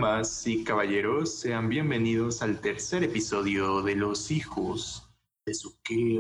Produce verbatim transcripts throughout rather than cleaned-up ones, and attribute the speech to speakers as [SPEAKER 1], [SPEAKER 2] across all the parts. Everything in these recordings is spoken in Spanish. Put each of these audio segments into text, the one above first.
[SPEAKER 1] Damas y caballeros, sean bienvenidos al tercer episodio de Los Hijos de su qué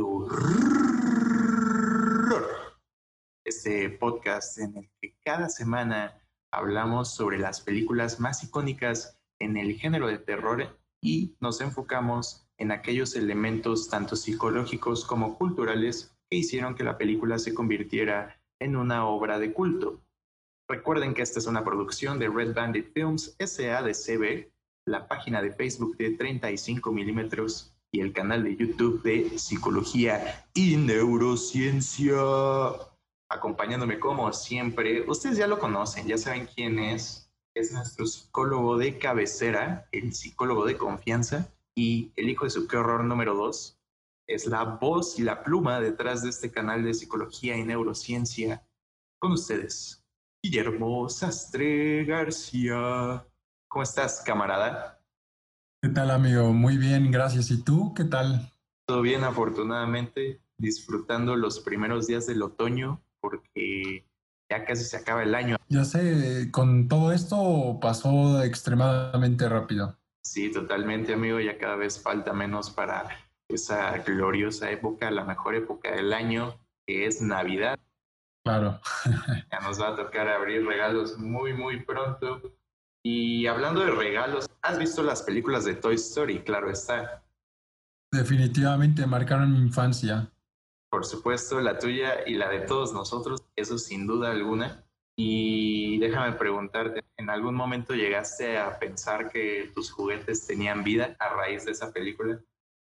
[SPEAKER 1] horror. Este podcast en el que cada semana hablamos sobre las películas más icónicas en el género de terror y nos enfocamos en aquellos elementos tanto psicológicos como culturales que hicieron que la película se convirtiera en una obra de culto. Recuerden que esta es una producción de Red Bandit Films S A de C B, la página de Facebook de treinta y cinco milímetros y el canal de YouTube de Psicología y Neurociencia. Acompañándome como siempre, ustedes ya lo conocen, ya saben quién es. Es nuestro psicólogo de cabecera, el psicólogo de confianza y el hijo de su qué horror número dos. Es la voz y la pluma detrás de este canal de Psicología y Neurociencia. Con ustedes, Guillermo Sastre García. ¿Cómo estás, camarada?
[SPEAKER 2] ¿Qué tal, amigo? Muy bien, gracias. ¿Y tú? ¿Qué tal?
[SPEAKER 1] Todo bien, afortunadamente, disfrutando los primeros días del otoño porque ya casi se acaba el año.
[SPEAKER 2] Ya sé, con todo esto pasó extremadamente rápido.
[SPEAKER 1] Sí, totalmente, amigo. Ya cada vez falta menos para esa gloriosa época, la mejor época del año, que es Navidad.
[SPEAKER 2] Claro.
[SPEAKER 1] Ya nos va a tocar abrir regalos muy, muy pronto. Y hablando de regalos, ¿has visto las películas de Toy Story? Claro está.
[SPEAKER 2] Definitivamente marcaron mi infancia.
[SPEAKER 1] Por supuesto, la tuya y la de todos nosotros, eso sin duda alguna. Y déjame preguntarte, ¿en algún momento llegaste a pensar que tus juguetes tenían vida a raíz de esa película?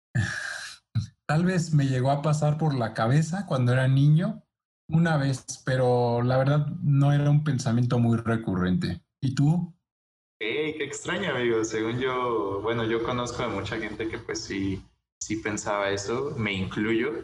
[SPEAKER 2] Tal vez me llegó a pasar por la cabeza cuando era niño, una vez, pero la verdad no era un pensamiento muy recurrente. ¿Y tú?
[SPEAKER 1] ¡Ey, qué extraño, amigo! Según yo, bueno, yo conozco a mucha gente que pues sí, sí pensaba eso, me incluyo,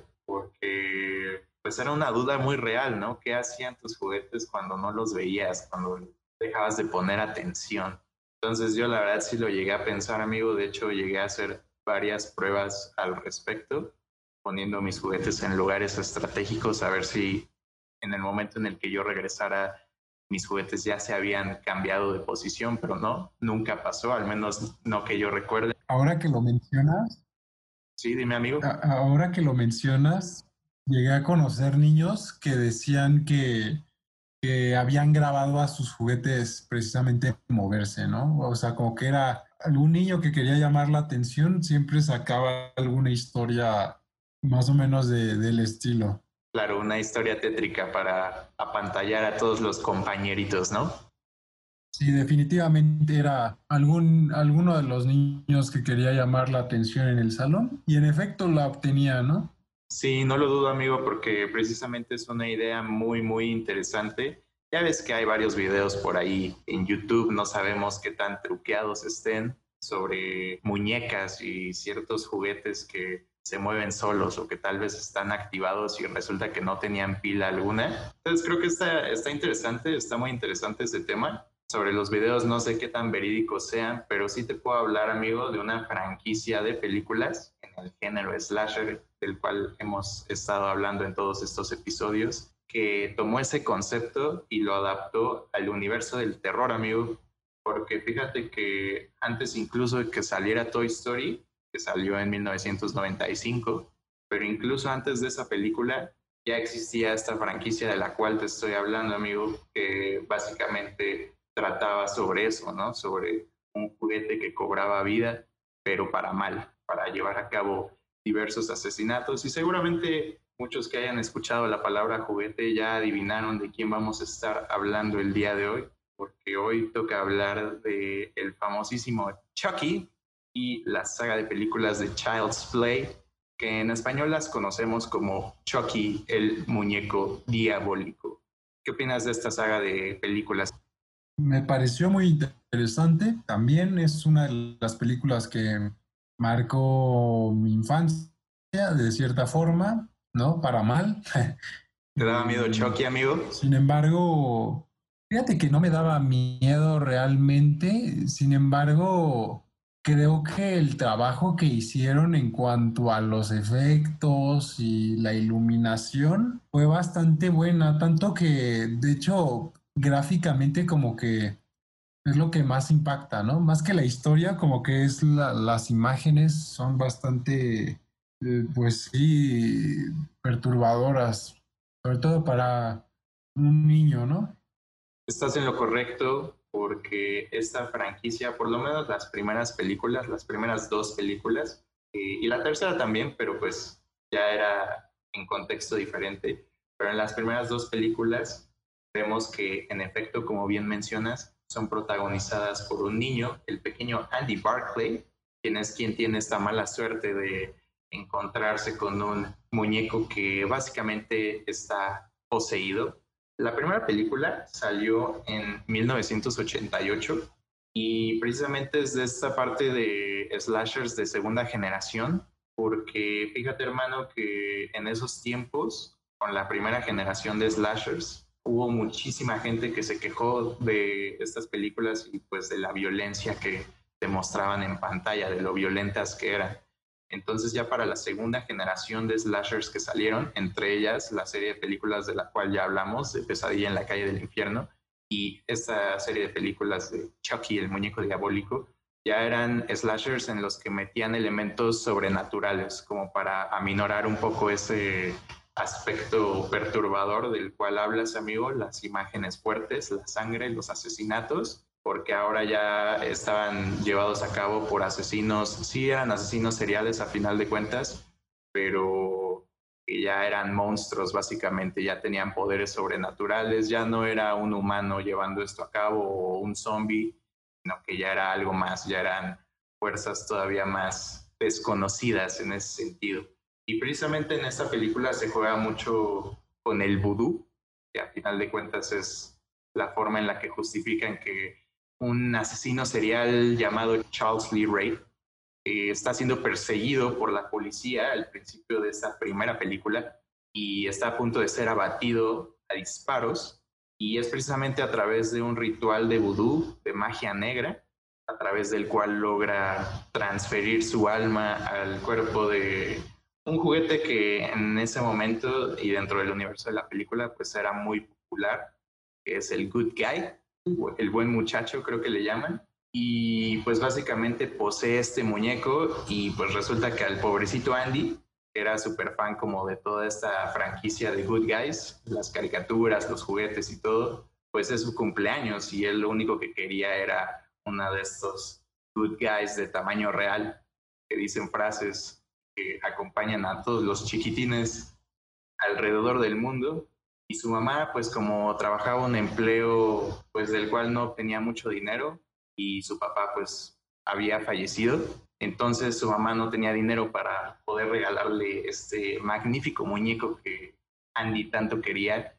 [SPEAKER 1] porque pues era una duda muy real, ¿no? ¿Qué hacían tus juguetes cuando no los veías, cuando dejabas de poner atención? Entonces yo la verdad sí lo llegué a pensar, amigo, de hecho llegué a hacer varias pruebas al respecto, poniendo mis juguetes en lugares estratégicos a ver si en el momento en el que yo regresara mis juguetes ya se habían cambiado de posición, pero no, nunca pasó, al menos no que yo recuerde.
[SPEAKER 2] Ahora que lo mencionas,
[SPEAKER 1] Sí, dime, amigo.
[SPEAKER 2] a- ahora que lo mencionas, llegué a conocer niños que decían que que habían grabado a sus juguetes precisamente moverse, ¿no? O sea, como que era algún niño que quería llamar la atención, siempre sacaba alguna historia más o menos de, del estilo.
[SPEAKER 1] Claro, una historia tétrica para apantallar a todos los compañeritos, ¿no?
[SPEAKER 2] Sí, definitivamente era algún, alguno de los niños que quería llamar la atención en el salón y en efecto la obtenía, ¿no?
[SPEAKER 1] Sí, no lo dudo, amigo, porque precisamente es una idea muy, muy interesante. Ya ves que hay varios videos por ahí en YouTube, no sabemos qué tan truqueados estén sobre muñecas y ciertos juguetes que se mueven solos o que tal vez están activados y resulta que no tenían pila alguna. Entonces creo que está, está interesante, está muy interesante ese tema. Sobre los videos no sé qué tan verídicos sean, pero sí te puedo hablar, amigo, de una franquicia de películas en el género slasher, del cual hemos estado hablando en todos estos episodios, que tomó ese concepto y lo adaptó al universo del terror, amigo. Porque fíjate que antes incluso de que saliera Toy Story, que salió en mil novecientos noventa y cinco, pero incluso antes de esa película ya existía esta franquicia de la cual te estoy hablando, amigo, que básicamente trataba sobre eso, ¿no? Sobre un juguete que cobraba vida, pero para mal, para llevar a cabo diversos asesinatos. Y seguramente muchos que hayan escuchado la palabra juguete ya adivinaron de quién vamos a estar hablando el día de hoy, porque hoy toca hablar de el famosísimo Chucky y la saga de películas de Child's Play, que en español las conocemos como Chucky, el muñeco diabólico. ¿Qué opinas de esta saga de películas?
[SPEAKER 2] Me pareció muy interesante. También es una de las películas que marcó mi infancia de cierta forma, ¿no? Para mal.
[SPEAKER 1] ¿Te daba miedo
[SPEAKER 2] Y
[SPEAKER 1] Chucky, amigo?
[SPEAKER 2] sin embargo, fíjate que no me daba miedo realmente. Sin embargo, creo que el trabajo que hicieron en cuanto a los efectos y la iluminación fue bastante buena, tanto que, de hecho, gráficamente como que es lo que más impacta, ¿no? Más que la historia, como que es la, las imágenes son bastante, eh, pues sí, perturbadoras, sobre todo para un niño, ¿no?
[SPEAKER 1] Estás en lo correcto porque esta franquicia, por lo menos las primeras películas, las primeras dos películas, eh, y la tercera también, pero pues ya era en contexto diferente, pero en las primeras dos películas vemos que en efecto, como bien mencionas, son protagonizadas por un niño, el pequeño Andy Barclay, quien es quien tiene esta mala suerte de encontrarse con un muñeco que básicamente está poseído. La primera película salió en mil novecientos ochenta y ocho y precisamente es de esta parte de slashers de segunda generación, porque fíjate hermano que en esos tiempos, con la primera generación de slashers, hubo muchísima gente que se quejó de estas películas y pues de la violencia que demostraban en pantalla, de lo violentas que eran. Entonces ya para la segunda generación de slashers que salieron, entre ellas la serie de películas de la cual ya hablamos, de Pesadilla en la calle del infierno, y esta serie de películas de Chucky, el muñeco diabólico, ya eran slashers en los que metían elementos sobrenaturales, como para aminorar un poco ese aspecto perturbador del cual hablas, amigo, las imágenes fuertes, la sangre, los asesinatos, porque ahora ya estaban llevados a cabo por asesinos, sí eran asesinos seriales a final de cuentas, pero que ya eran monstruos básicamente, ya tenían poderes sobrenaturales, ya no era un humano llevando esto a cabo o un zombie, sino que ya era algo más, ya eran fuerzas todavía más desconocidas en ese sentido. Y precisamente en esta película se juega mucho con el vudú, que a final de cuentas es la forma en la que justifican que un asesino serial llamado Charles Lee Ray eh, está siendo perseguido por la policía al principio de esta primera película y está a punto de ser abatido a disparos y es precisamente a través de un ritual de vudú, de magia negra, a través del cual logra transferir su alma al cuerpo de un juguete que en ese momento y dentro del universo de la película pues era muy popular, que es el Good Guy, el buen muchacho creo que le llaman, y pues básicamente posee este muñeco y pues resulta que al pobrecito Andy, que era súper fan como de toda esta franquicia de Good Guys, las caricaturas, los juguetes y todo, pues es su cumpleaños y él lo único que quería era una de estos Good Guys de tamaño real que dicen frases que acompañan a todos los chiquitines alrededor del mundo y su mamá pues como trabajaba un empleo pues del cual no obtenía mucho dinero y su papá pues había fallecido, entonces su mamá no tenía dinero para poder regalarle este magnífico muñeco que Andy tanto quería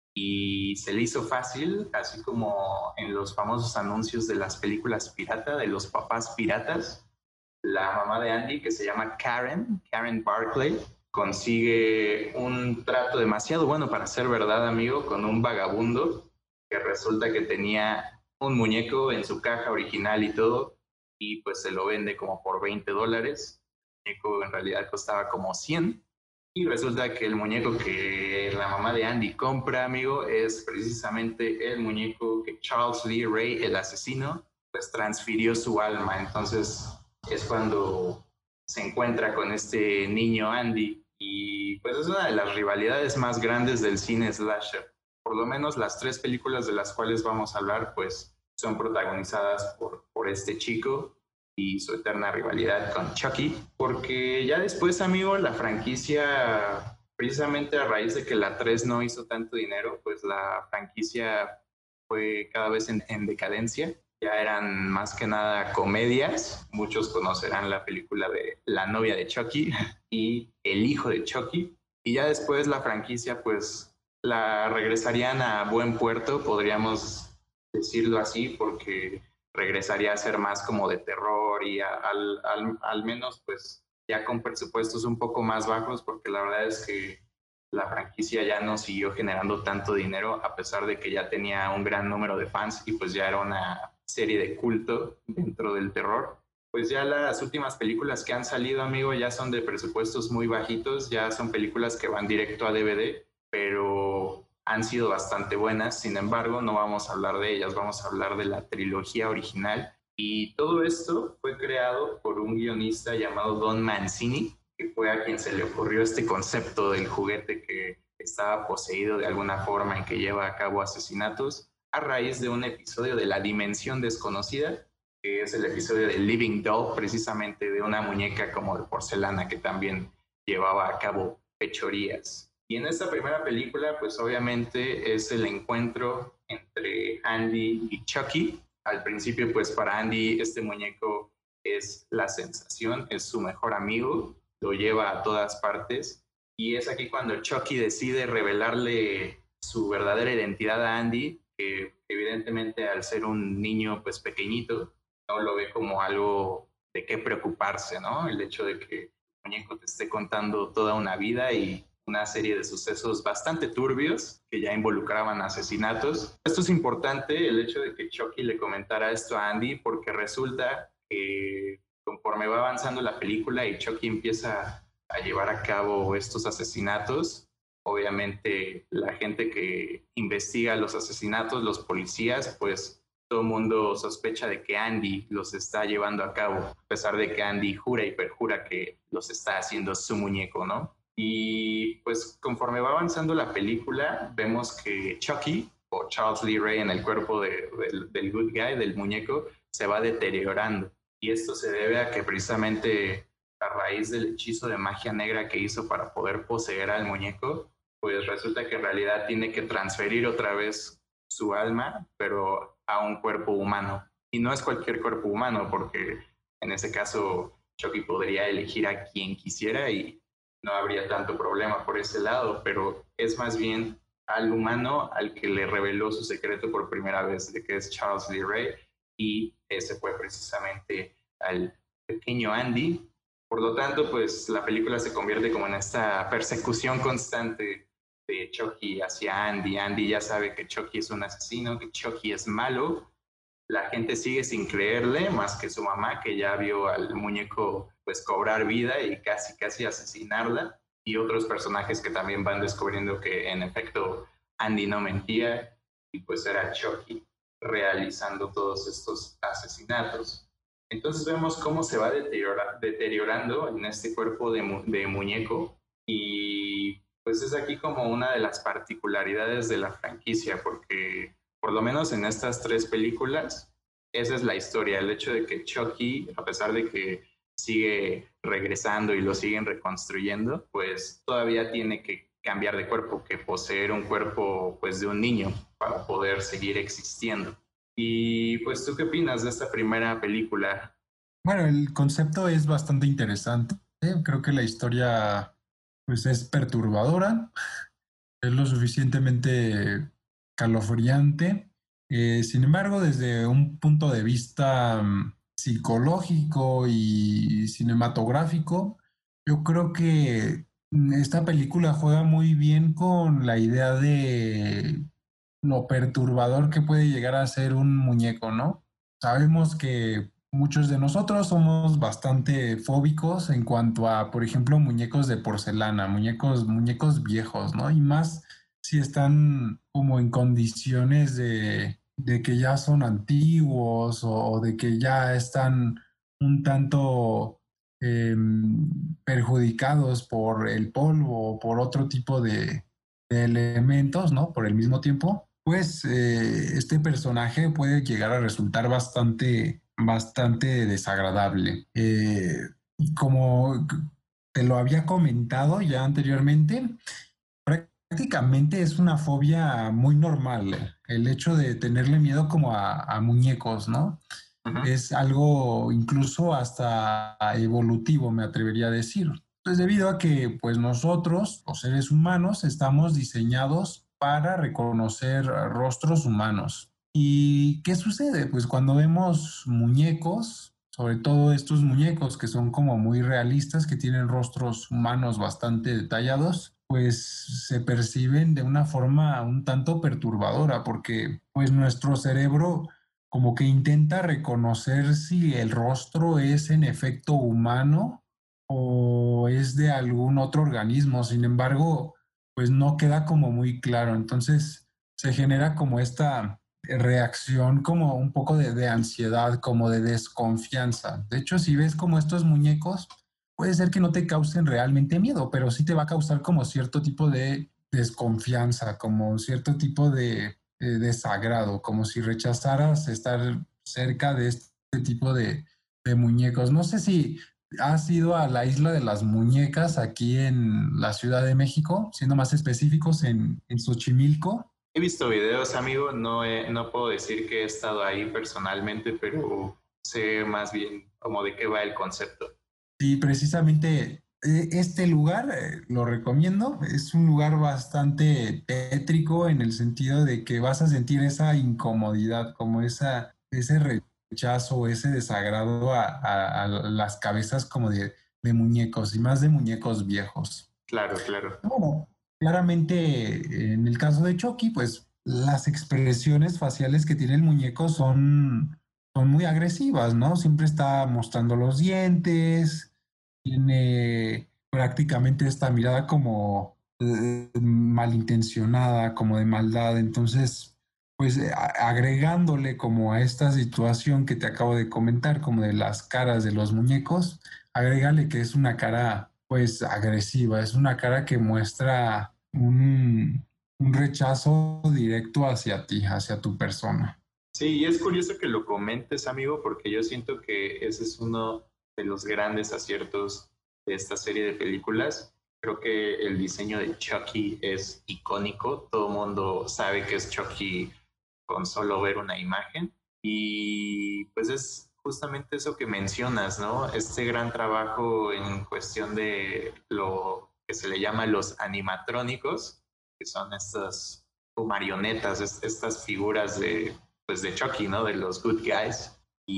[SPEAKER 1] y se le hizo fácil, así como en los famosos anuncios de las películas pirata, de los papás piratas, la mamá de Andy, que se llama Karen, Karen Barclay, consigue un trato demasiado bueno para ser verdad, amigo, con un vagabundo que resulta que tenía un muñeco en su caja original y todo, y pues se lo vende como por veinte dólares. El muñeco en realidad costaba como cien, y resulta que el muñeco que la mamá de Andy compra, amigo, es precisamente el muñeco que Charles Lee Ray, el asesino, pues transfirió su alma. Entonces es cuando se encuentra con este niño Andy y pues es una de las rivalidades más grandes del cine slasher. Por lo menos las tres películas de las cuales vamos a hablar pues son protagonizadas por, por este chico y su eterna rivalidad con Chucky, porque ya después, amigo, la franquicia, precisamente a raíz de que la tres no hizo tanto dinero, pues la franquicia fue cada vez en, en decadencia. Ya eran más que nada comedias. Muchos conocerán la película de La novia de Chucky y El hijo de Chucky. Y ya después la franquicia, pues la regresarían a buen puerto, podríamos decirlo así, porque regresaría a ser más como de terror y a, al, al, al menos pues ya con presupuestos un poco más bajos, porque la verdad es que la franquicia ya no siguió generando tanto dinero a pesar de que ya tenía un gran número de fans y pues ya era una serie de culto dentro del terror. Pues ya las últimas películas que han salido, amigo, ya son de presupuestos muy bajitos, ya son películas que van directo a D V D, pero han sido bastante buenas. Sin embargo, no vamos a hablar de ellas, vamos a hablar de la trilogía original. Y todo esto fue creado por un guionista llamado Don Mancini, que fue a quien se le ocurrió este concepto del juguete que estaba poseído de alguna forma, en que lleva a cabo asesinatos, a raíz de un episodio de La Dimensión Desconocida, que es el episodio de Living Doll, precisamente de una muñeca como de porcelana que también llevaba a cabo fechorías. Y en esta primera película, pues obviamente es el encuentro entre Andy y Chucky. Al principio, pues para Andy este muñeco es la sensación, es su mejor amigo, lo lleva a todas partes. Y es aquí cuando Chucky decide revelarle su verdadera identidad a Andy, que evidentemente al ser un niño pues pequeñito, no lo ve como algo de qué preocuparse, ¿no? El hecho de que el muñeco te esté contando toda una vida y una serie de sucesos bastante turbios que ya involucraban asesinatos. Esto es importante, el hecho de que Chucky le comentara esto a Andy, porque resulta que conforme va avanzando la película y Chucky empieza a llevar a cabo estos asesinatos, obviamente la gente que investiga los asesinatos, los policías, pues todo el mundo sospecha de que Andy los está llevando a cabo, a pesar de que Andy jura y perjura que los está haciendo su muñeco, ¿no? Y pues conforme va avanzando la película, vemos que Chucky, o Charles Lee Ray en el cuerpo de, de, del good guy, del muñeco, se va deteriorando. Y esto se debe a que precisamente a raíz del hechizo de magia negra que hizo para poder poseer al muñeco, pues resulta que en realidad tiene que transferir otra vez su alma, pero a un cuerpo humano. Y no es cualquier cuerpo humano, porque en ese caso Chucky podría elegir a quien quisiera y no habría tanto problema por ese lado, pero es más bien al humano al que le reveló su secreto por primera vez, de que es Charles Lee Ray, y ese fue precisamente al pequeño Andy. Por lo tanto, pues la película se convierte como en esta persecución constante de Chucky hacia Andy. Andy ya sabe que Chucky es un asesino, que Chucky es malo. La gente sigue sin creerle, más que su mamá, que ya vio al muñeco pues cobrar vida y casi casi asesinarla, y otros personajes que también van descubriendo que en efecto Andy no mentía y pues era Chucky realizando todos estos asesinatos. Entonces vemos cómo se va deteriora, deteriorando en este cuerpo de, mu de muñeco, y pues es aquí como una de las particularidades de la franquicia, porque por lo menos en estas tres películas, esa es la historia, el hecho de que Chucky, a pesar de que sigue regresando y lo siguen reconstruyendo, pues todavía tiene que cambiar de cuerpo, que poseer un cuerpo pues de un niño para poder seguir existiendo. Y pues, ¿tú qué opinas de esta primera película?
[SPEAKER 2] Bueno, el concepto es bastante interesante. ¿eh? Creo que la historia pues es perturbadora, es lo suficientemente calofriante. Eh, sin embargo, desde un punto de vista um, psicológico y cinematográfico, yo creo que esta película juega muy bien con la idea de lo perturbador que puede llegar a ser un muñeco, ¿no? Sabemos que muchos de nosotros somos bastante fóbicos en cuanto a, por ejemplo, muñecos de porcelana, muñecos, muñecos viejos, ¿no? Y más si están como en condiciones de, de que ya son antiguos o, o de que ya están un tanto eh, perjudicados por el polvo o por otro tipo de, de elementos, ¿no? Por el mismo tiempo, pues eh, este personaje puede llegar a resultar bastante, bastante desagradable. Eh, como te lo había comentado ya anteriormente, prácticamente es una fobia muy normal, el hecho de tenerle miedo como a, a muñecos, ¿no? Uh-huh. Es algo incluso hasta evolutivo, me atrevería a decir. Pues debido a que pues nosotros, los seres humanos, estamos diseñados para reconocer rostros humanos. ¿Y qué sucede? Pues cuando vemos muñecos, sobre todo estos muñecos que son como muy realistas, que tienen rostros humanos bastante detallados, pues se perciben de una forma un tanto perturbadora, porque pues nuestro cerebro como que intenta reconocer si el rostro es en efecto humano o es de algún otro organismo. Sin embargo, pues no queda como muy claro. Entonces se genera como esta reacción como un poco de, de ansiedad, como de desconfianza. De hecho, si ves como estos muñecos, puede ser que no te causen realmente miedo, pero sí te va a causar como cierto tipo de desconfianza, como cierto tipo de eh, desagrado, como si rechazaras estar cerca de este tipo de, de muñecos. No sé si has ido a la isla de las muñecas aquí en la Ciudad de México, siendo más específicos en, en Xochimilco.
[SPEAKER 1] He visto videos, amigo, no, he- no puedo decir que he estado ahí personalmente, pero sé más bien como de qué va el concepto.
[SPEAKER 2] Sí, precisamente eh, este lugar eh, lo recomiendo. Es un lugar bastante tétrico en el sentido de que vas a sentir esa incomodidad, como esa, ese rechazo, ese desagrado a, a- a las cabezas como de, de muñecos y más de muñecos viejos.
[SPEAKER 1] Claro, claro.
[SPEAKER 2] Bueno, claramente en el caso de Chucky, pues las expresiones faciales que tiene el muñeco son, son muy agresivas, ¿no? Siempre está mostrando los dientes, tiene prácticamente esta mirada como eh, malintencionada, como de maldad. Entonces, pues eh, a- agregándole como a esta situación que te acabo de comentar, como de las caras de los muñecos, agrégale que es una cara pues agresiva, es una cara que muestra un, un rechazo directo hacia ti, hacia tu persona.
[SPEAKER 1] Sí, y es curioso que lo comentes, amigo, porque yo siento que ese es uno de los grandes aciertos de esta serie de películas. Creo que el diseño de Chucky es icónico. Todo el mundo sabe que es Chucky con solo ver una imagen. Y pues es justamente eso que mencionas, ¿no? Este gran trabajo en cuestión de lo que se le llama los animatrónicos, que son estas marionetas, estas figuras de pues de Chucky, ¿no? De los good guys.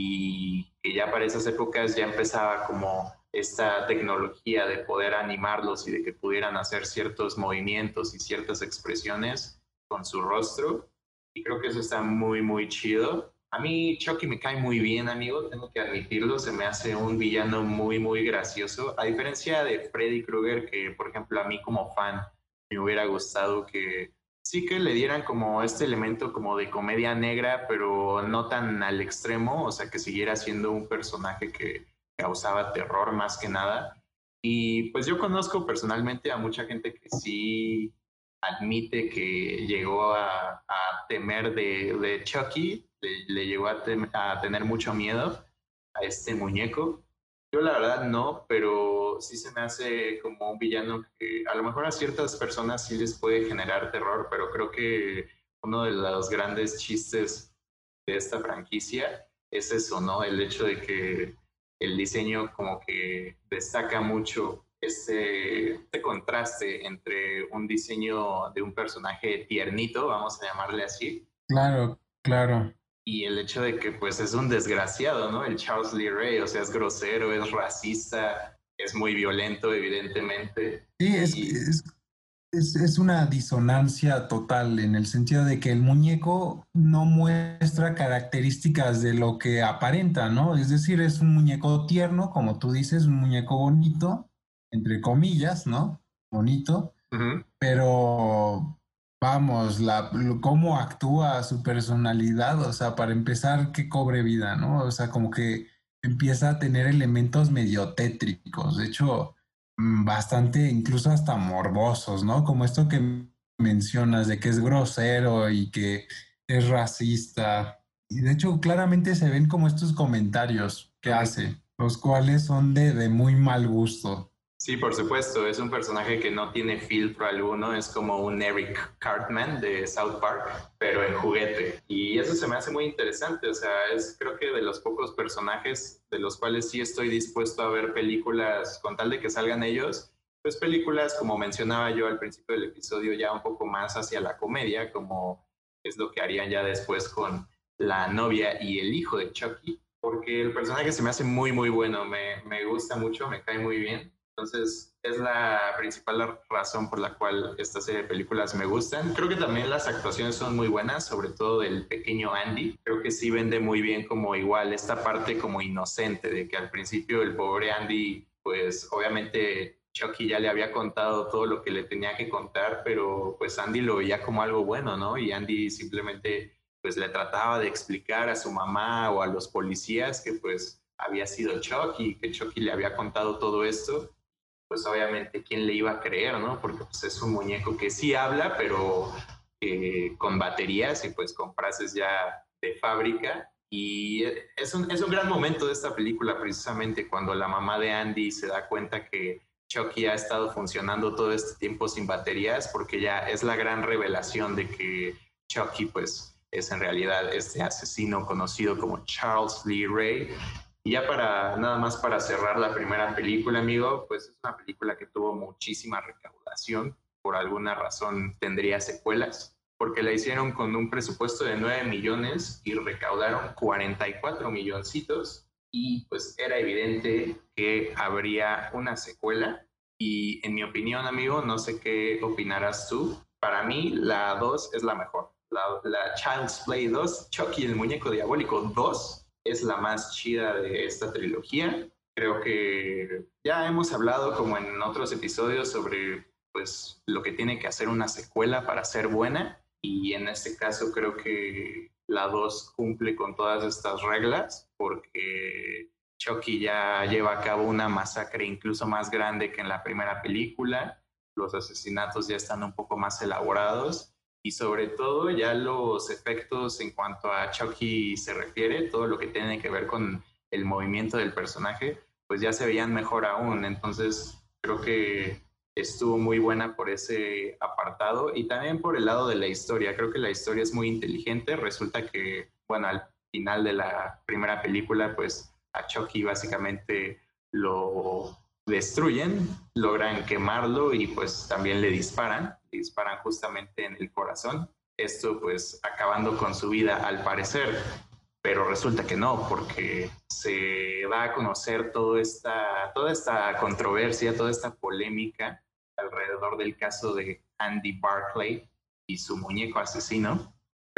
[SPEAKER 1] Y que ya para esas épocas ya empezaba como esta tecnología de poder animarlos y de que pudieran hacer ciertos movimientos y ciertas expresiones con su rostro. Y creo que eso está muy, muy chido. A mí Chucky me cae muy bien, amigo, tengo que admitirlo, se me hace un villano muy, muy gracioso. A diferencia de Freddy Krueger, que por ejemplo a mí como fan me hubiera gustado que sí que le dieran como este elemento como de comedia negra, pero no tan al extremo, o sea, que siguiera siendo un personaje que causaba terror más que nada. Y pues yo conozco personalmente a mucha gente que sí admite que llegó a, a temer de, de Chucky, le, le llegó a, tem a tener mucho miedo a este muñeco. Yo la verdad no, pero sí se me hace como un villano que a lo mejor a ciertas personas sí les puede generar terror, pero creo que uno de los grandes chistes de esta franquicia es eso, ¿no? El hecho de que el diseño como que destaca mucho este, este contraste entre un diseño de un personaje tiernito, vamos a llamarle así,
[SPEAKER 2] Claro, claro.
[SPEAKER 1] y el hecho de que pues es un desgraciado, ¿no? El Charles Lee Ray, o sea, es grosero, es racista, es muy violento, evidentemente.
[SPEAKER 2] Sí, es,
[SPEAKER 1] Y
[SPEAKER 2] es, es, es una disonancia total en el sentido de que el muñeco no muestra características de lo que aparenta, ¿no? Es decir, es un muñeco tierno, como tú dices, un muñeco bonito, entre comillas, ¿no? Bonito,
[SPEAKER 1] uh-huh.
[SPEAKER 2] pero vamos, la, lo- cómo actúa su personalidad, o sea, para empezar, que cobre vida, ¿no? O sea, como que empieza a tener elementos medio tétricos, de hecho, mm, bastante, incluso hasta morbosos, ¿no? Como esto que mencionas de que es grosero y que es racista. Y de hecho, claramente se ven como estos comentarios que
[SPEAKER 1] Uh-huh.
[SPEAKER 2] hace, los cuales son de, de muy mal gusto.
[SPEAKER 1] Sí, por supuesto, es un personaje que no tiene filtro alguno, es como un Eric Cartman de South Park, pero en juguete. Y eso se me hace muy interesante, o sea, es creo que de los pocos personajes de los cuales sí estoy dispuesto a ver películas con tal de que salgan ellos, pues películas como mencionaba yo al principio del episodio, ya un poco más hacia la comedia, como es lo que harían ya después con la novia y el hijo de Chucky, porque el personaje se me hace muy, muy bueno, me, me gusta mucho, me cae muy bien. Entonces, es la principal razón por la cual esta serie de películas me gustan. Creo que también las actuaciones son muy buenas, sobre todo del pequeño Andy. Creo que sí vende muy bien como igual esta parte como inocente, de que al principio el pobre Andy, pues obviamente Chucky ya le había contado todo lo que le tenía que contar, pero pues Andy lo veía como algo bueno, ¿no? Y Andy simplemente pues le trataba de explicar a su mamá o a los policías que pues había sido Chucky, que Chucky le había contado todo esto. Pues obviamente quién le iba a creer, ¿no? Porque pues es un muñeco que sí habla, pero eh, con baterías y pues con frases ya de fábrica. Y es un, es un gran momento de esta película, precisamente cuando la mamá de Andy se da cuenta que Chucky ha estado funcionando todo este tiempo sin baterías, porque ya es la gran revelación de que Chucky pues es en realidad este asesino conocido como Charles Lee Ray. Y ya para nada más para cerrar la primera película, amigo, pues es una película que tuvo muchísima recaudación. Por alguna razón tendría secuelas, porque la hicieron con un presupuesto de nueve millones y recaudaron cuarenta y cuatro milloncitos. Y pues era evidente que habría una secuela. Y en mi opinión, amigo, no sé qué opinarás tú. Para mí, la dos es la mejor. La, la Child's Play dos, Chucky el muñeco diabólico dos, es la más chida de esta trilogía. Creo que ya hemos hablado como en otros episodios sobre pues lo que tiene que hacer una secuela para ser buena, y en este caso creo que la dos cumple con todas estas reglas porque Chucky ya lleva a cabo una masacre incluso más grande que en la primera película, los asesinatos ya están un poco más elaborados y sobre todo ya los efectos en cuanto a Chucky se refiere, todo lo que tiene que ver con el movimiento del personaje, pues ya se veían mejor aún. Entonces creo que estuvo muy buena por ese apartado y también por el lado de la historia. Creo que la historia es muy inteligente. Resulta que, bueno, al final de la primera película, pues a Chucky básicamente lo destruyen, logran quemarlo y pues también le disparan, le disparan justamente en el corazón. Esto pues acabando con su vida al parecer, pero resulta que no, porque se va a conocer toda esta, toda esta controversia, toda esta polémica alrededor del caso de Andy Barclay y su muñeco asesino.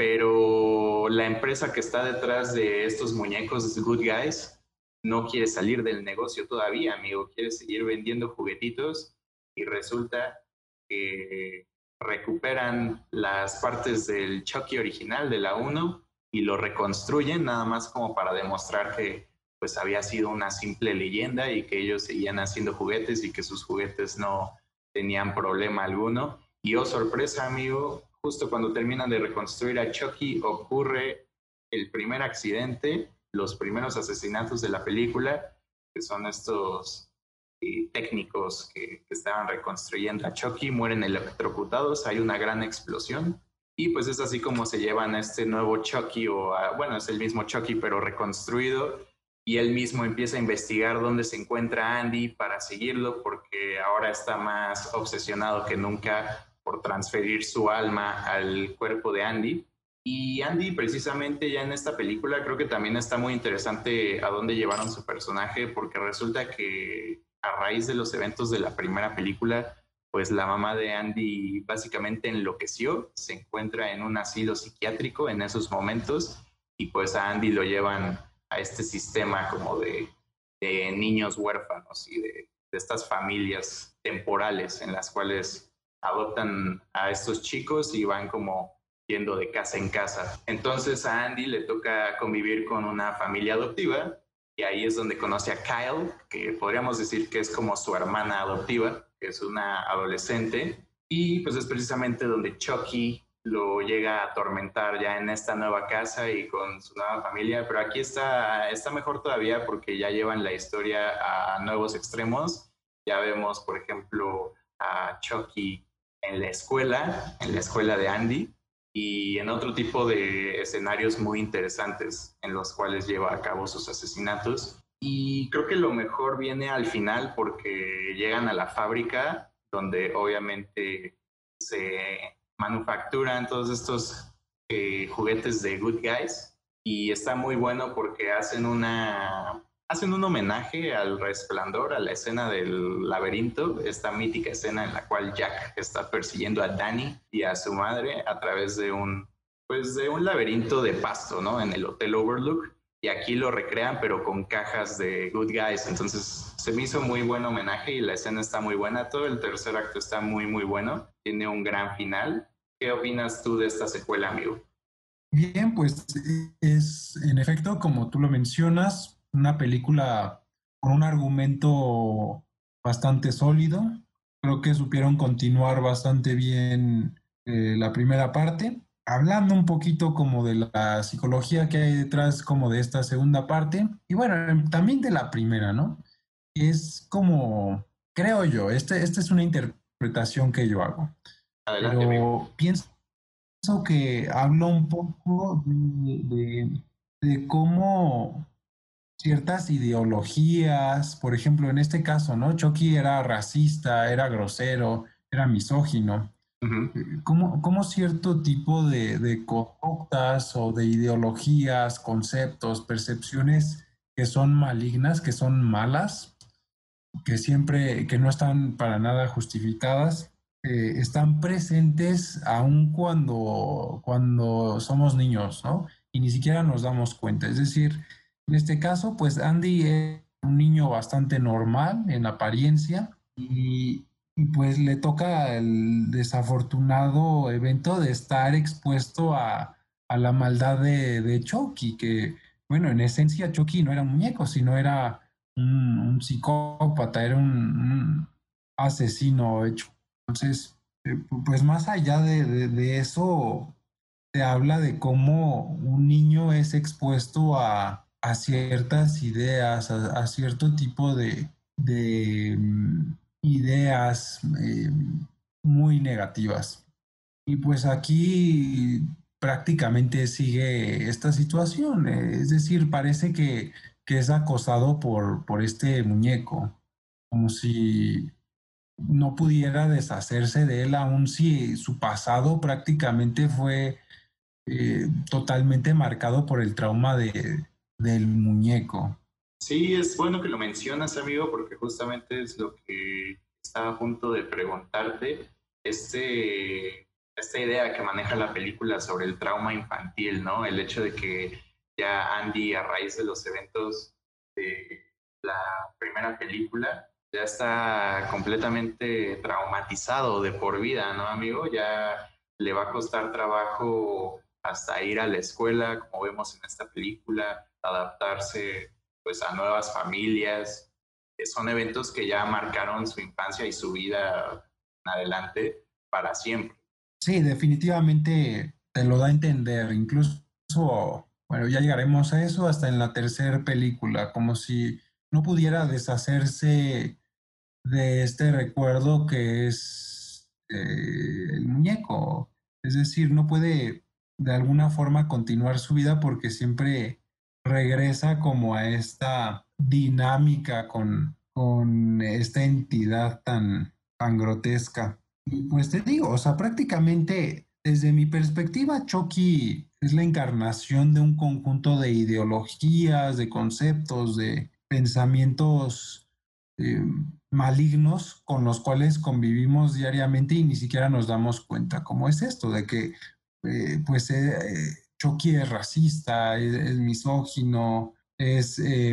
[SPEAKER 1] Pero la empresa que está detrás de estos muñecos, Good Guys, no quiere salir del negocio todavía, amigo, quiere seguir vendiendo juguetitos y resulta que recuperan las partes del Chucky original de la uno y lo reconstruyen nada más como para demostrar que pues había sido una simple leyenda y que ellos seguían haciendo juguetes y que sus juguetes no tenían problema alguno. Y oh sorpresa, amigo, justo cuando terminan de reconstruir a Chucky ocurre el primer accidente, los primeros asesinatos de la película, que son estos eh, técnicos que, que estaban reconstruyendo a Chucky, mueren electrocutados, hay una gran explosión y pues es así como se llevan a este nuevo Chucky, o a, bueno, es el mismo Chucky pero reconstruido, y él mismo empieza a investigar dónde se encuentra Andy para seguirlo porque ahora está más obsesionado que nunca por transferir su alma al cuerpo de Andy. Y Andy, precisamente ya en esta película, creo que también está muy interesante a dónde llevaron su personaje, porque resulta que a raíz de los eventos de la primera película, pues la mamá de Andy básicamente enloqueció, se encuentra en un asilo psiquiátrico en esos momentos, y pues a Andy lo llevan a este sistema como de, de niños huérfanos y de, de estas familias temporales en las cuales adoptan a estos chicos y van como yendo de casa en casa. Entonces a Andy le toca convivir con una familia adoptiva y ahí es donde conoce a Kyle, que podríamos decir que es como su hermana adoptiva, que es una adolescente, y pues es precisamente donde Chucky lo llega a atormentar ya en esta nueva casa y con su nueva familia, pero aquí está, está mejor todavía porque ya llevan la historia a nuevos extremos. Ya vemos, por ejemplo, a Chucky en la escuela, en la escuela de Andy, y en otro tipo de escenarios muy interesantes en los cuales lleva a cabo sus asesinatos. Y creo que lo mejor viene al final porque llegan a la fábrica donde obviamente se manufacturan todos estos eh, juguetes de Good Guys y está muy bueno porque hacen una hacen un homenaje al Resplandor, a la escena del laberinto, esta mítica escena en la cual Jack está persiguiendo a Danny y a su madre a través de un, pues de un laberinto de pasto, ¿no? En el Hotel Overlook. y aquí lo recrean pero con cajas de Good Guys, entonces se me hizo muy buen homenaje y la escena está muy buena, todo el tercer acto está muy muy bueno, tiene un gran final. ¿Qué opinas tú de esta secuela, amigo?
[SPEAKER 2] Bien, pues es en efecto, como tú lo mencionas, una película con un argumento bastante sólido. Creo que supieron continuar bastante bien eh, la primera parte, hablando un poquito como de la psicología que hay detrás como de esta segunda parte y bueno, también de la primera, ¿no? Es como, creo yo, este, esta es una interpretación que yo hago,
[SPEAKER 1] Adelante, amigo.
[SPEAKER 2] pero pienso que habla un poco de, de- de cómo ciertas ideologías, por ejemplo, en este caso, ¿no? Chucky era racista, era grosero, era misógino.
[SPEAKER 1] Uh-huh.
[SPEAKER 2] Cómo, cómo cierto tipo de, de conductas o de ideologías, conceptos, percepciones que son malignas, que son malas, que siempre, que no están para nada justificadas, eh, están presentes aun cuando, cuando somos niños, ¿no? Y ni siquiera nos damos cuenta. Es decir, en este caso, pues Andy es un niño bastante normal en apariencia y, y pues le toca el desafortunado evento de estar expuesto a, a la maldad de, de Chucky, que, bueno, en esencia Chucky no era un muñeco, sino era un, un psicópata, era un, un asesino hecho. Entonces, eh, pues más allá de, de- de eso, te habla de cómo un niño es expuesto a, a ciertas ideas, a, a cierto tipo de, de, mm, ideas eh, muy negativas. Y pues aquí prácticamente sigue esta situación, eh, es decir, parece que, que es acosado por, por este muñeco, como si no pudiera deshacerse de él, aun si su pasado prácticamente fue eh, totalmente marcado por el trauma de, del muñeco.
[SPEAKER 1] Sí, es bueno que lo mencionas, amigo, porque justamente es lo que estaba a punto de preguntarte. Este, esta idea que maneja la película sobre el trauma infantil, ¿no? El hecho de que ya Andy, a raíz de los eventos de la primera película, ya está completamente traumatizado de por vida, ¿no, amigo? Ya le va a costar trabajo hasta ir a la escuela, como vemos en esta película, adaptarse pues a nuevas familias. Son eventos que ya marcaron su infancia y su vida en adelante para siempre.
[SPEAKER 2] Sí, definitivamente te lo da a entender, incluso, bueno, ya llegaremos a eso hasta en la tercera película, como si no pudiera deshacerse de este recuerdo que es eh, el muñeco. Es decir, no puede de alguna forma continuar su vida porque siempre regresa como a esta dinámica con, con esta entidad tan, tan grotesca. Y pues te digo, o sea, prácticamente desde mi perspectiva, Chucky es la encarnación de un conjunto de ideologías, de conceptos, de pensamientos eh, malignos con los cuales convivimos diariamente y ni siquiera nos damos cuenta. ¿Cómo es esto? De que, eh, pues, eh, eh, Chucky es racista, es, es misógino, es eh,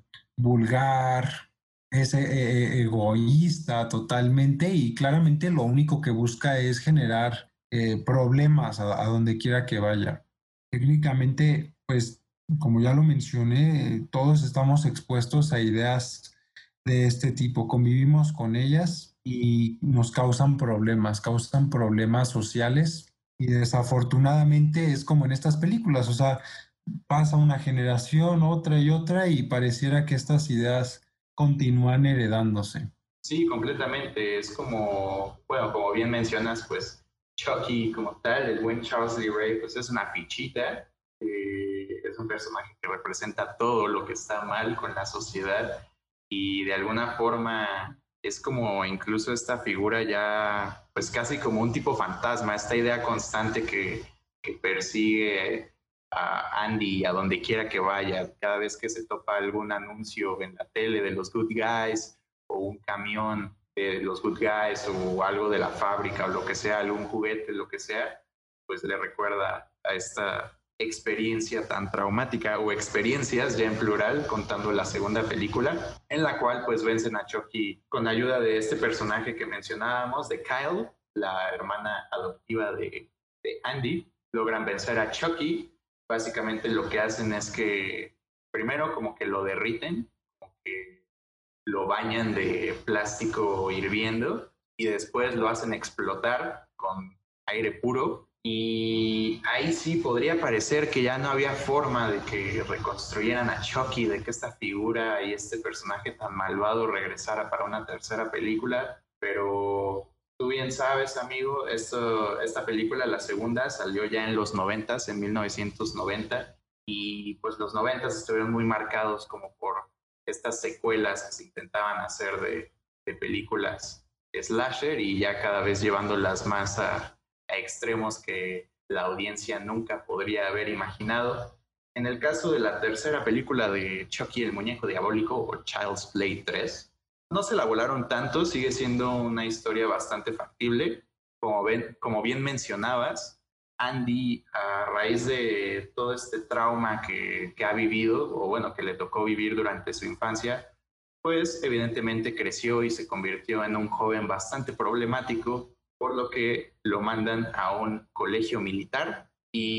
[SPEAKER 2] vulgar, es eh, eh, egoísta totalmente y claramente lo único que busca es generar eh, problemas a, a donde quiera que vaya. Técnicamente, pues, como ya lo mencioné, todos estamos expuestos a ideas de este tipo, convivimos con ellas y nos causan problemas, causan problemas sociales y desafortunadamente es como en estas películas, o sea, pasa una generación, otra y otra y pareciera que estas ideas continúan heredándose.
[SPEAKER 1] Sí, completamente. Es como, bueno, como bien mencionas, pues Chucky como tal, el buen Charles Lee Ray, pues es una fichita. Eh, es un personaje que representa todo lo que está mal con la sociedad y de alguna forma es como incluso esta figura ya, pues casi como un tipo fantasma, esta idea constante que, que persigue a Andy a donde quiera que vaya, cada vez que se topa algún anuncio en la tele de los Good Guys o un camión de los Good Guys o algo de la fábrica o lo que sea, algún juguete, lo que sea, pues le recuerda a esta experiencia tan traumática o experiencias ya en plural contando la segunda película en la cual pues vencen a Chucky con ayuda de este personaje que mencionábamos de Kyle, la hermana adoptiva de, de Andy. Logran vencer a Chucky. Básicamente lo que hacen es que primero como que lo derriten, como que lo bañan de plástico hirviendo y después lo hacen explotar con aire puro. Y ahí sí podría parecer que ya no había forma de que reconstruyeran a Chucky, de que esta figura y este personaje tan malvado regresara para una tercera película, pero tú bien sabes, amigo, esto, esta película, la segunda, salió ya en los noventas, en mil novecientos noventa, y pues los noventas estuvieron muy marcados como por estas secuelas que se intentaban hacer de, de películas slasher y ya cada vez llevándolas más a, a extremos que la audiencia nunca podría haber imaginado. En el caso de la tercera película de Chucky el muñeco diabólico o Child's Play tres, no se la volaron tanto, sigue siendo una historia bastante factible. Como, ven, como bien mencionabas, Andy, a raíz de todo este trauma que, que ha vivido, o bueno, que le tocó vivir durante su infancia, pues evidentemente creció y se convirtió en un joven bastante problemático, por lo que lo mandan a un colegio militar.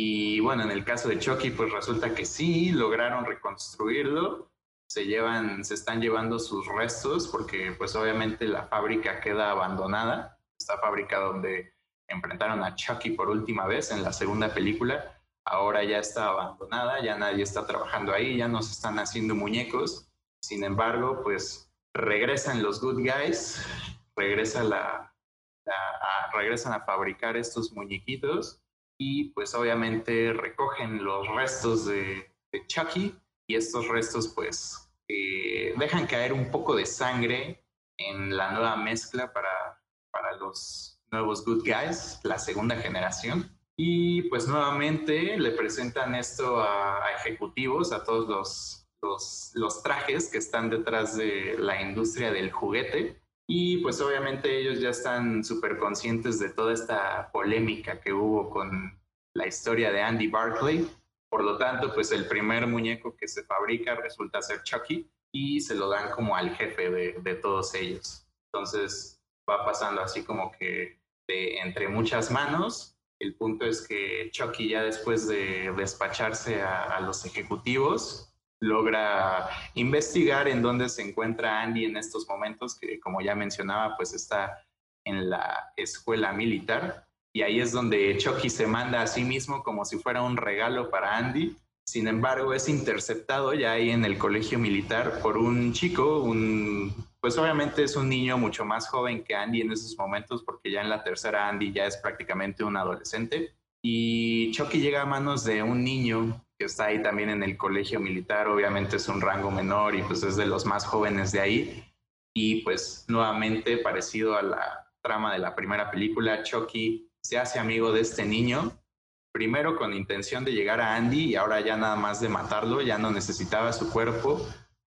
[SPEAKER 1] Y bueno, en el caso de Chucky, pues resulta que sí, lograron reconstruirlo, se llevan, se están llevando sus restos, porque pues obviamente la fábrica queda abandonada, esta fábrica donde enfrentaron a Chucky por última vez en la segunda película, ahora ya está abandonada, ya nadie está trabajando ahí, ya no se están haciendo muñecos. Sin embargo, pues regresan los good guys, regresa la, la, a, regresan a fabricar estos muñequitos y pues obviamente recogen los restos de, de Chucky y estos restos pues eh, dejan caer un poco de sangre en la nueva mezcla para, para los nuevos good guys, la segunda generación. Y pues nuevamente le presentan esto a, a ejecutivos, a todos los, los, los trajes que están detrás de la industria del juguete. Y pues obviamente ellos ya están súper conscientes de toda esta polémica que hubo con la historia de Andy Barclay. Por lo tanto, pues el primer muñeco que se fabrica resulta ser Chucky y se lo dan como al jefe de, de todos ellos. Entonces va pasando así como que de entre muchas manos. El punto es que Chucky ya después de despacharse a, a los ejecutivos logra investigar en dónde se encuentra Andy en estos momentos, que como ya mencionaba, pues está en la escuela militar. Y ahí es donde Chucky se manda a sí mismo como si fuera un regalo para Andy. Sin embargo, es interceptado ya ahí en el colegio militar por un chico, un, pues obviamente es un niño mucho más joven que Andy en esos momentos, porque ya en la tercera Andy ya es prácticamente un adolescente. Y Chucky llega a manos de un niño que está ahí también en el colegio militar, obviamente es un rango menor y pues es de los más jóvenes de ahí. Y pues nuevamente, parecido a la trama de la primera película, Chucky se hace amigo de este niño, primero con intención de llegar a Andy y ahora ya nada más de matarlo, ya no necesitaba su cuerpo,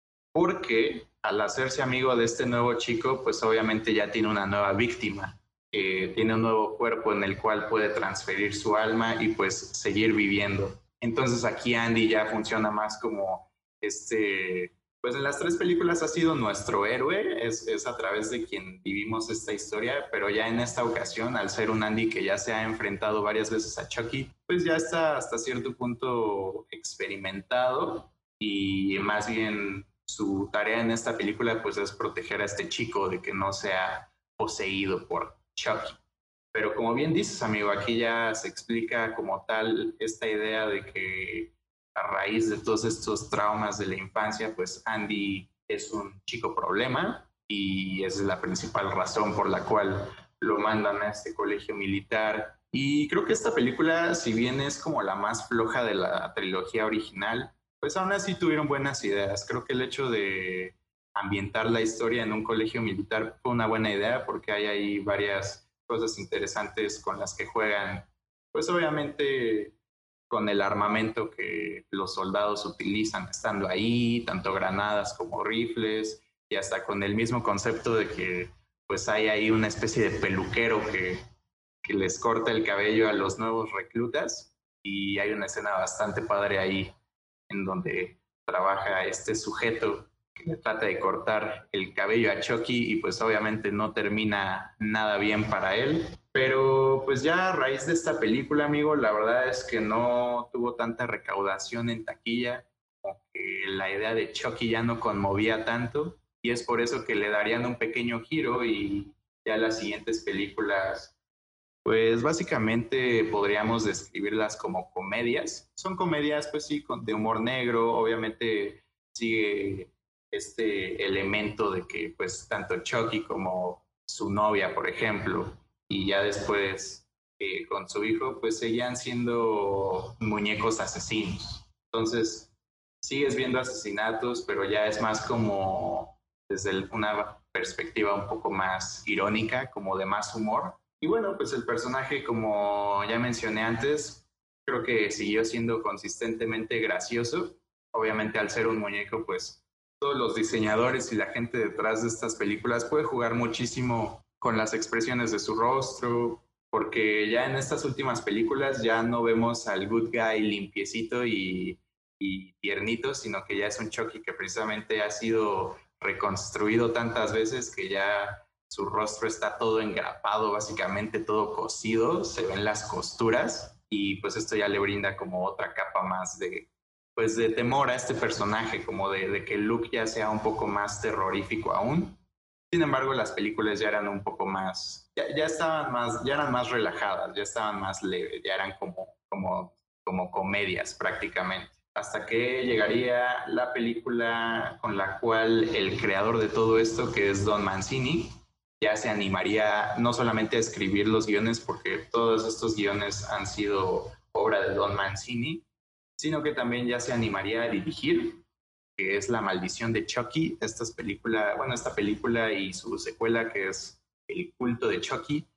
[SPEAKER 1] porque al hacerse amigo de este nuevo chico, pues obviamente ya tiene una nueva víctima, eh, tiene un nuevo cuerpo en el cual puede transferir su alma y pues seguir viviendo. Entonces aquí Andy ya funciona más como este, pues en las tres películas ha sido nuestro héroe, es, es a través de quien vivimos esta historia, pero ya en esta ocasión, al ser un Andy que ya se ha enfrentado varias veces a Chucky, pues ya está hasta cierto punto experimentado y más bien su tarea en esta película pues es proteger a este chico de que no sea poseído por Chucky. Pero como bien dices, amigo, aquí ya se explica como tal esta idea de que a raíz de todos estos traumas de la infancia, pues Andy es un chico problema y esa es la principal razón por la cual lo mandan a este colegio militar. Y creo que esta película, si bien es como la más floja de la trilogía original, pues aún así tuvieron buenas ideas. Creo que el hecho de ambientar la historia en un colegio militar fue una buena idea porque hay ahí varias cosas interesantes con las que juegan, pues obviamente con el armamento que los soldados utilizan estando ahí, tanto granadas como rifles, y hasta con el mismo concepto de que pues hay ahí una especie de peluquero que, que les corta el cabello a los nuevos reclutas. y hay una escena bastante padre ahí en donde trabaja este sujeto que le trata de cortar el cabello a Chucky y pues obviamente no termina nada bien para él. Pero pues ya a raíz de esta película, amigo, la verdad es que no tuvo tanta recaudación en taquilla, como que la idea de Chucky ya no conmovía tanto y es por eso que le darían un pequeño giro y ya las siguientes películas pues básicamente podríamos describirlas como comedias. Son comedias, pues sí, de humor negro. Obviamente sigue este elemento de que pues tanto Chucky como su novia, por ejemplo, y ya después eh, con su hijo, pues seguían siendo muñecos asesinos. Entonces, sigues viendo asesinatos, pero ya es más como desde una perspectiva un poco más irónica, como de más humor. Y bueno, pues el personaje, como ya mencioné antes, creo que siguió siendo consistentemente gracioso. Obviamente al ser un muñeco, pues todos los diseñadores y la gente detrás de estas películas puede jugar muchísimo con las expresiones de su rostro, porque ya en estas últimas películas ya no vemos al good guy limpiecito y, y tiernito, sino que ya es un Chucky que precisamente ha sido reconstruido tantas veces que ya su rostro está todo engrapado, básicamente todo cosido, se ven las costuras y pues esto ya le brinda como otra capa más de, pues de temor a este personaje, como de, de que el look ya sea un poco más terrorífico aún. Sin embargo, las películas ya eran un poco más, ya, ya estaban más, ya eran más relajadas, ya estaban más leves, ya eran como, como, como comedias prácticamente. Hasta que llegaría la película con la cual el creador de todo esto, que es Don Mancini, ya se animaría no solamente a escribir los guiones, porque todos estos guiones han sido obra de Don Mancini, sino que también ya se animaría a dirigir, que es La Maldición de Chucky, esta película, bueno, esta película y su secuela, que es El Culto de Chucky.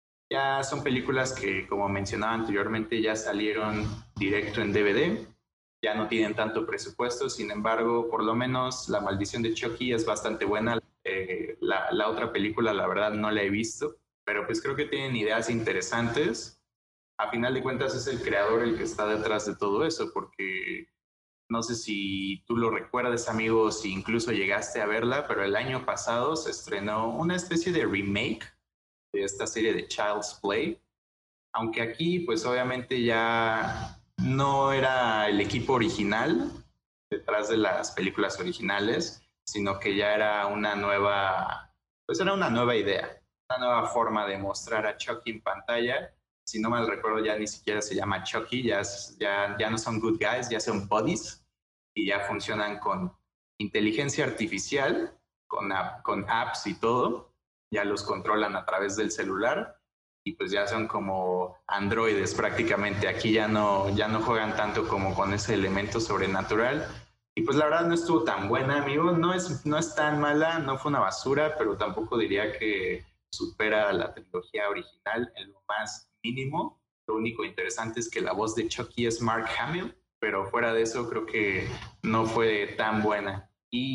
[SPEAKER 1] Ya son películas que, como mencionaba anteriormente, ya salieron directo en D V D, ya no tienen tanto presupuesto, sin embargo, por lo menos La Maldición de Chucky es bastante buena. Eh, la, la otra película, la verdad, no la he visto, pero pues creo que tienen ideas interesantes. A final de cuentas es el creador el que está detrás de todo eso, porque no sé si tú lo recuerdas, amigo, si incluso llegaste a verla, pero el año pasado se estrenó una especie de remake de esta serie de Child's Play, aunque aquí pues obviamente ya no era el equipo original detrás de las películas originales, sino que ya era una nueva, pues era una nueva idea, una nueva forma de mostrar a Chucky en pantalla. Si no mal recuerdo, ya ni siquiera se llama Chucky, ya, ya, ya no son good guys, ya son buddies y ya funcionan con inteligencia artificial, con, app, con apps y todo, ya los controlan a través del celular y pues ya son como androides prácticamente. Aquí ya no, ya no juegan tanto como con ese elemento sobrenatural. Y pues la verdad no estuvo tan buena, amigo. No es, no es tan mala, no fue una basura, pero tampoco diría que supera a la trilogía original en lo más mínimo. Lo único interesante es que la voz de Chucky es Mark Hamill, pero fuera de eso creo que no fue tan buena.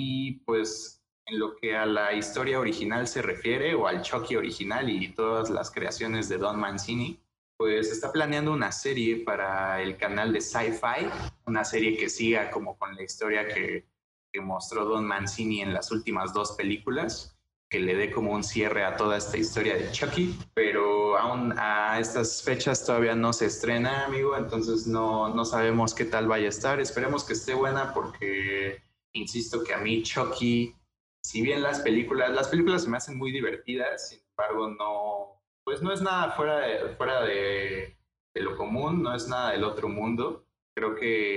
[SPEAKER 1] Y pues en lo que a la historia original se refiere, o al Chucky original y todas las creaciones de Don Mancini, pues está planeando una serie para el canal de Sci-Fi, una serie que siga como con la historia que, que mostró Don Mancini en las últimas dos películas, que le dé como un cierre a toda esta historia de Chucky, pero aún a estas fechas todavía no se estrena, amigo, entonces no, no sabemos qué tal vaya a estar. Esperemos que esté buena porque, insisto, que a mí Chucky, si bien las películas, las películas se me hacen muy divertidas, sin embargo no, pues no es nada fuera de, fuera de, de lo común, no es nada del otro mundo. Creo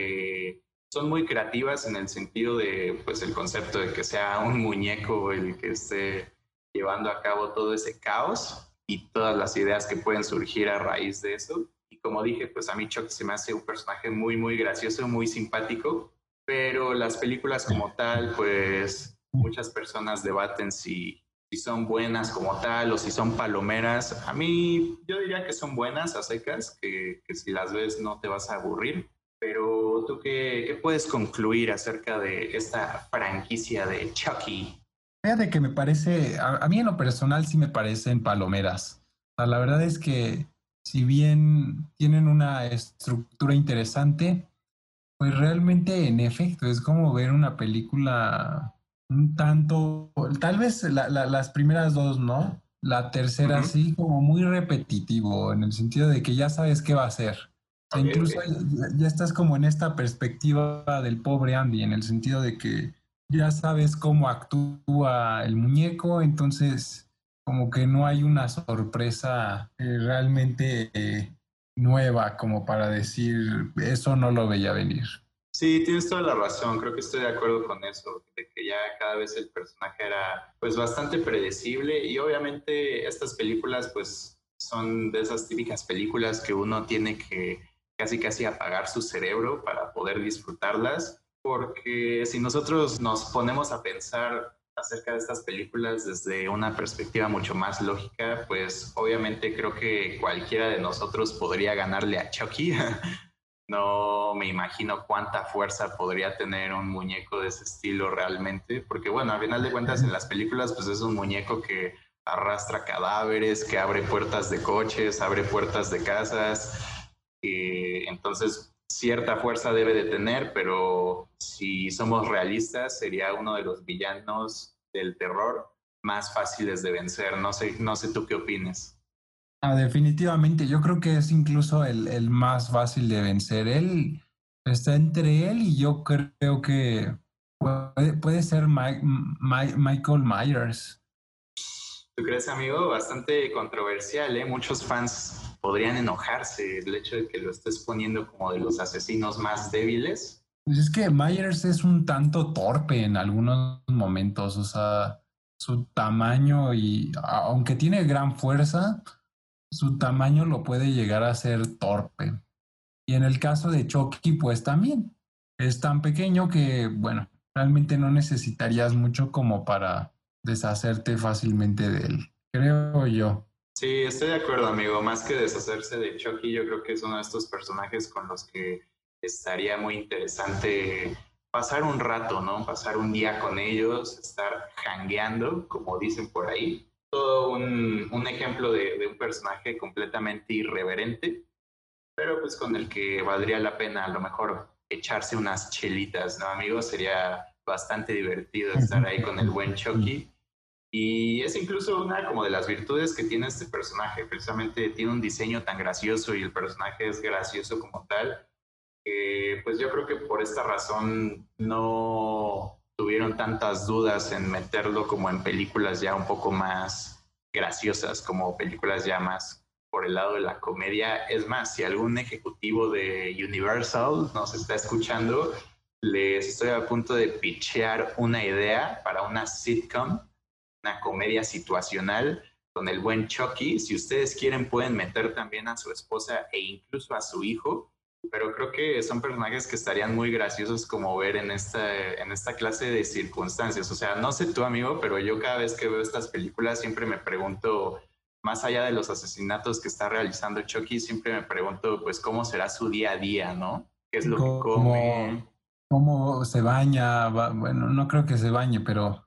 [SPEAKER 1] que son muy creativas en el sentido de, pues, el concepto de que sea un muñeco el que esté llevando a cabo todo ese caos y todas las ideas que pueden surgir a raíz de eso. Y como dije, pues a mí Chucky se me hace un personaje muy, muy gracioso, muy simpático, pero las películas como tal, pues muchas personas debaten si, si son buenas como tal o si son palomeras. A mí yo diría que son buenas a secas, que, que si las ves no te vas a aburrir. Pero tú, qué, qué puedes concluir acerca de esta franquicia de Chucky?
[SPEAKER 2] Fíjate que me parece, a, a mí en lo personal sí me parecen palomeras. O sea, la verdad es que si bien tienen una estructura interesante, pues realmente en efecto es como ver una película un tanto, tal vez la- la- las primeras dos, ¿no? La tercera
[SPEAKER 1] Ujú.
[SPEAKER 2] sí, como muy repetitivo, en el sentido de que ya sabes qué va a hacer. O sea,
[SPEAKER 1] Ok, ok.
[SPEAKER 2] incluso ya, ya estás como en esta perspectiva del pobre Andy, en el sentido de que ya sabes cómo actúa el muñeco, entonces como que no hay una sorpresa eh, realmente eh, nueva como para decir, eso no lo veía venir.
[SPEAKER 1] Sí, tienes toda la razón, creo que estoy de acuerdo con eso, de que ya cada vez el personaje era pues bastante predecible y obviamente estas películas pues son de esas típicas películas que uno tiene que casi casi apagar su cerebro para poder disfrutarlas, porque si nosotros nos ponemos a pensar acerca de estas películas desde una perspectiva mucho más lógica, pues obviamente creo que cualquiera de nosotros podría ganarle a Chucky. No me imagino cuánta fuerza podría tener un muñeco de ese estilo realmente, porque bueno, al final de cuentas en las películas pues es un muñeco que arrastra cadáveres, que abre puertas de coches, abre puertas de casas, y entonces cierta fuerza debe de tener, pero si somos realistas sería uno de los villanos del terror más fáciles de vencer. No sé, no sé tú qué opines.
[SPEAKER 2] Ah, definitivamente, yo creo que es incluso el, el más fácil de vencer. Él está entre él y yo creo que puede, puede ser Mike- Mi- Michael Myers.
[SPEAKER 1] ¿Tú crees, amigo? Bastante controversial, ¿eh? Muchos fans podrían enojarse el hecho de que lo estés poniendo como de los asesinos más débiles.
[SPEAKER 2] Pues es que Myers es un tanto torpe en algunos momentos, o sea, su tamaño y a- aunque tiene gran fuerza, su tamaño lo puede llegar a ser torpe. Y en el caso de Chucky, pues también es tan pequeño que, bueno, realmente no necesitarías mucho como para deshacerte fácilmente de él, creo yo.
[SPEAKER 1] Sí, estoy de acuerdo, amigo. Más que deshacerse de Chucky, yo creo que es uno de estos personajes con los que estaría muy interesante pasar un rato, ¿no? Pasar un día con ellos, estar hangueando, como dicen por ahí. Todo un, un ejemplo de, de un personaje completamente irreverente, pero pues con el que valdría la pena a lo mejor echarse unas chelitas, ¿no, amigo? Sería bastante divertido estar ahí con el buen Chucky. Y es incluso una como de las virtudes que tiene este personaje, precisamente tiene un diseño tan gracioso y el personaje es gracioso como tal, que pues yo creo que por esta razón no tuvieron tantas dudas en meterlo como en películas ya un poco más graciosas, como películas ya más por el lado de la comedia. Es más, si algún ejecutivo de Universal nos está escuchando, les estoy a punto de pitchear una idea para una sitcom, una comedia situacional con el buen Chucky. Si ustedes quieren pueden meter también a su esposa e incluso a su hijo, pero creo que son personajes que estarían muy graciosos como ver en esta, en esta clase de circunstancias. O sea, no sé tú, amigo, pero yo cada vez que veo estas películas siempre me pregunto, más allá de los asesinatos que está realizando Chucky, siempre me pregunto, pues, cómo será su día a día, ¿no? ¿Qué es lo que come?
[SPEAKER 2] Como, cómo se baña, va- bueno, no creo que se bañe, pero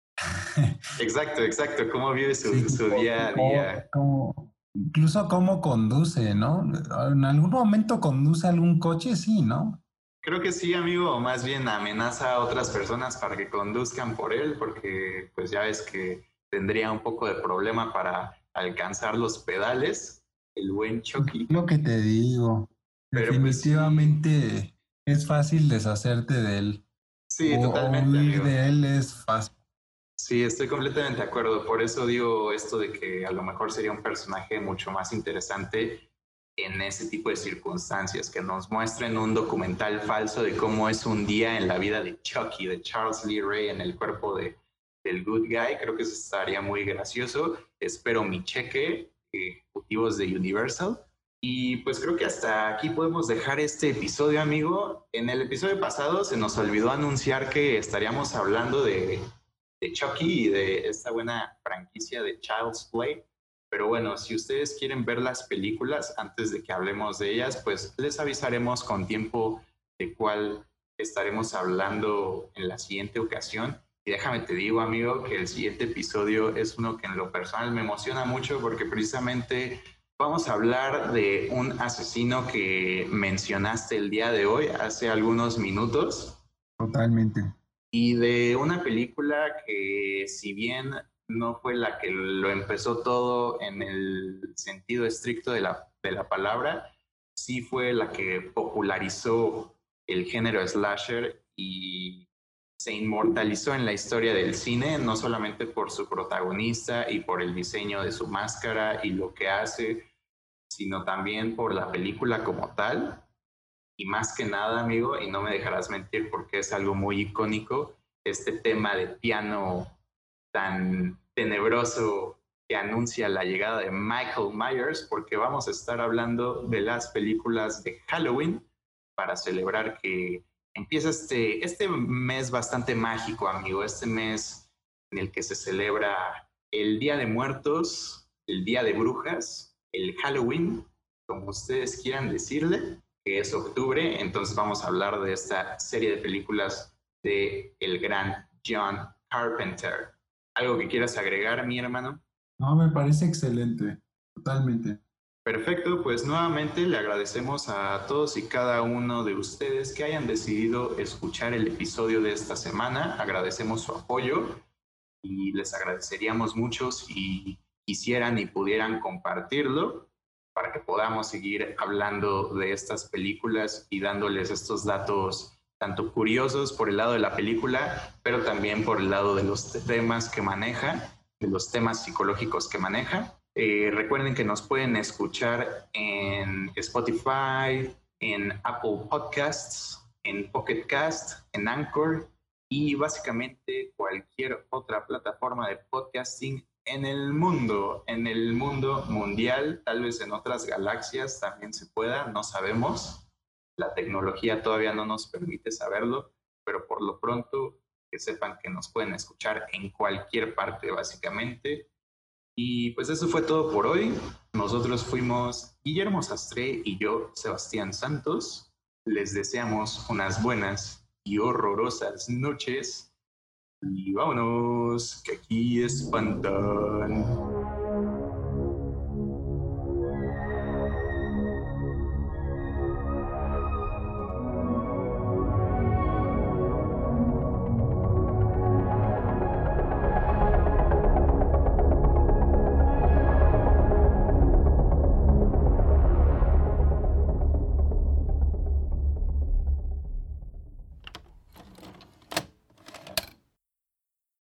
[SPEAKER 1] Exacto, exacto, cómo vive
[SPEAKER 2] sí,
[SPEAKER 1] su, su día a
[SPEAKER 2] como,
[SPEAKER 1] día.
[SPEAKER 2] como- incluso cómo conduce, ¿no? En algún momento conduce algún coche, sí, ¿no?
[SPEAKER 1] Creo que sí, amigo, o más bien amenaza a otras personas para que conduzcan por él, porque pues ya ves que tendría un poco de problema para alcanzar los pedales, el buen Chucky,
[SPEAKER 2] Lo que te digo,
[SPEAKER 1] pero pues sí,
[SPEAKER 2] definitivamente es fácil deshacerte de él
[SPEAKER 1] sí,
[SPEAKER 2] o, o
[SPEAKER 1] totalmente,
[SPEAKER 2] huir
[SPEAKER 1] amigo.
[SPEAKER 2] de él es fácil.
[SPEAKER 1] Sí, estoy completamente de acuerdo. Por eso digo esto de que a lo mejor sería un personaje mucho más interesante en ese tipo de circunstancias, que nos muestren un documental falso de cómo es un día en la vida de Chucky, de Charles Lee Ray en el cuerpo de, del Good Guy. Creo que eso estaría muy gracioso. Espero mi cheque, ejecutivos de Universal. Y pues creo que hasta aquí podemos dejar este episodio, amigo. En el episodio pasado se nos olvidó anunciar que estaríamos hablando de de Chucky y de esta buena franquicia de Child's Play. Pero bueno, si ustedes quieren ver las películas antes de que hablemos de ellas, pues les avisaremos con tiempo de cuál estaremos hablando en la siguiente ocasión. Y déjame te digo, amigo, que el siguiente episodio es uno que en lo personal me emociona mucho porque precisamente Vamos a hablar de un asesino que mencionaste el día de hoy, hace algunos minutos.
[SPEAKER 2] Totalmente.
[SPEAKER 1] Y de una película que, si bien no fue la que lo empezó todo en el sentido estricto de la, de la palabra, sí fue la que popularizó el género slasher y se inmortalizó en la historia del cine, no solamente por su protagonista y por el diseño de su máscara y lo que hace, sino también por la película como tal. Y más que nada, amigo, y no me dejarás mentir porque es algo muy icónico, este tema de piano tan tenebroso que anuncia la llegada de Michael Myers, porque vamos a estar hablando de las películas de Halloween para celebrar que empieza este, este mes bastante mágico, amigo, este mes en el que se celebra el Día de Muertos, el Día de Brujas, el Halloween, como ustedes quieran decirle, que es octubre. Entonces vamos a hablar de esta serie de películas de el gran John Carpenter. ¿Algo que quieras agregar, mi hermano?
[SPEAKER 2] No, me parece excelente, totalmente.
[SPEAKER 1] Perfecto, pues nuevamente le agradecemos a todos y cada uno de ustedes que hayan decidido escuchar el episodio de esta semana. Agradecemos su apoyo y les agradeceríamos mucho si quisieran y pudieran compartirlo para que podamos seguir hablando de estas películas y dándoles estos datos tanto curiosos por el lado de la película, pero también por el lado de los temas que maneja, de los temas psicológicos que maneja. Eh, recuerden que nos pueden escuchar en Spotify, en Apple Podcasts, en Pocket Cast, en Anchor y básicamente cualquier otra plataforma de podcasting en el mundo, en el mundo mundial, tal vez en otras galaxias también se pueda, no sabemos. La tecnología todavía no nos permite saberlo, pero por lo pronto que sepan que nos pueden escuchar en cualquier parte básicamente. Y pues eso fue todo por hoy. Nosotros fuimos Guillermo Sastre y yo, Sebastián Santos. Les deseamos unas buenas y horrorosas noches. Y vámonos, que aquí espantan.